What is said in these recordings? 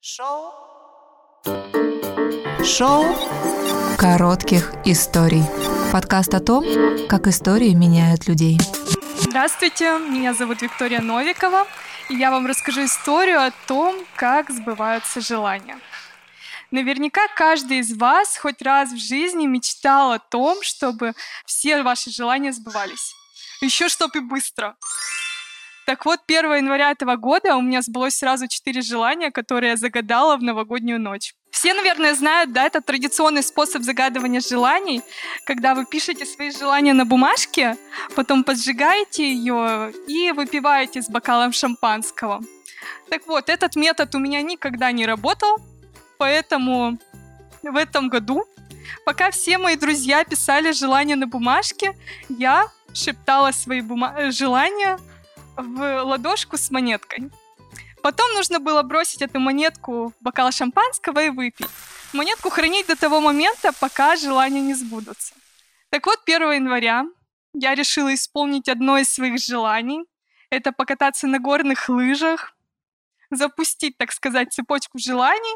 Шоу коротких историй. Подкаст о том, как истории меняют людей. Здравствуйте, меня зовут Виктория Новикова, и я вам расскажу историю о том, как сбываются желания. Наверняка каждый из вас хоть раз в жизни мечтал о том, чтобы все ваши желания сбывались. Еще чтоб и быстро. Так вот, 1 января этого года у меня сбылось сразу 4 желания, которые я загадала в новогоднюю ночь. Все, наверное, знают, да, это традиционный способ загадывания желаний, когда вы пишете свои желания на бумажке, потом поджигаете ее и выпиваете с бокалом шампанского. Так вот, этот метод у меня никогда не работал, поэтому в этом году, пока все мои друзья писали желания на бумажке, я шептала свои желания в ладошку с монеткой. Потом нужно было бросить эту монетку в бокал шампанского и выпить. Монетку хранить до того момента, пока желания не сбудутся. Так вот, 1 января я решила исполнить одно из своих желаний. Это покататься на горных лыжах, запустить, так сказать, цепочку желаний.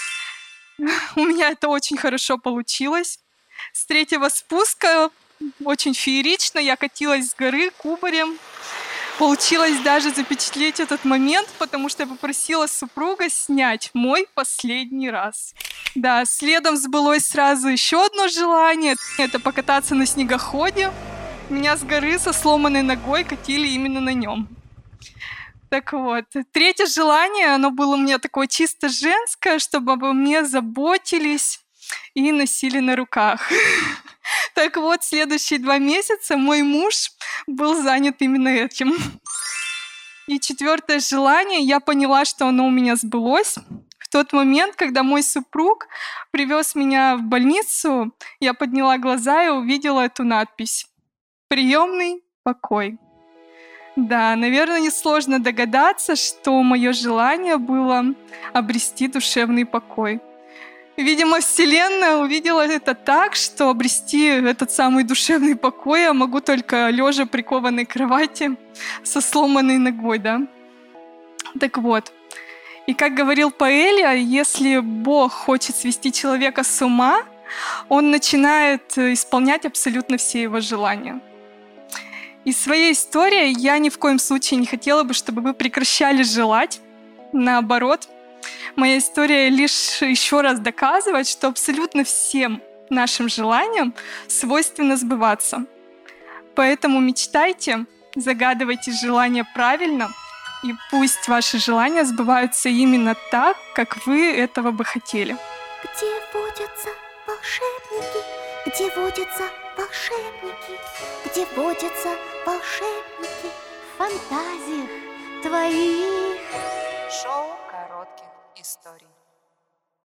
У меня это очень хорошо получилось. С 3-го спуска очень феерично я катилась с горы кубарем. Получилось даже запечатлеть этот момент, потому что я попросила супруга снять мой последний раз. Да, следом сбылось сразу еще одно желание. Это покататься на снегоходе. Меня с горы со сломанной ногой катили именно на нем. Так вот, 3-е желание, оно было у меня такое чисто женское, чтобы обо мне заботились и носили на руках. Так вот, следующие 2 месяца мой муж был занят именно этим. И 4-е желание, я поняла, что оно у меня сбылось. В тот момент, когда мой супруг привез меня в больницу, я подняла глаза и увидела эту надпись: «Приемный покой». Да, наверное, несложно догадаться, что мое желание было обрести душевный покой. Видимо, Вселенная увидела это так, что обрести этот самый душевный покой я могу только лежа прикованной к кровати со сломанной ногой, да? Так вот, и как говорил Паэлья, если Бог хочет свести человека с ума, он начинает исполнять абсолютно все его желания. Из своей истории я ни в коем случае не хотела бы, чтобы вы прекращали желать. Наоборот, моя история лишь еще раз доказывает, что абсолютно всем нашим желаниям свойственно сбываться. Поэтому мечтайте, загадывайте желания правильно, и пусть ваши желания сбываются именно так, как вы этого бы хотели. Где водятся волшебники? Где водятся волшебники? Где водятся волшебники? В фантазиях твоих. Шоу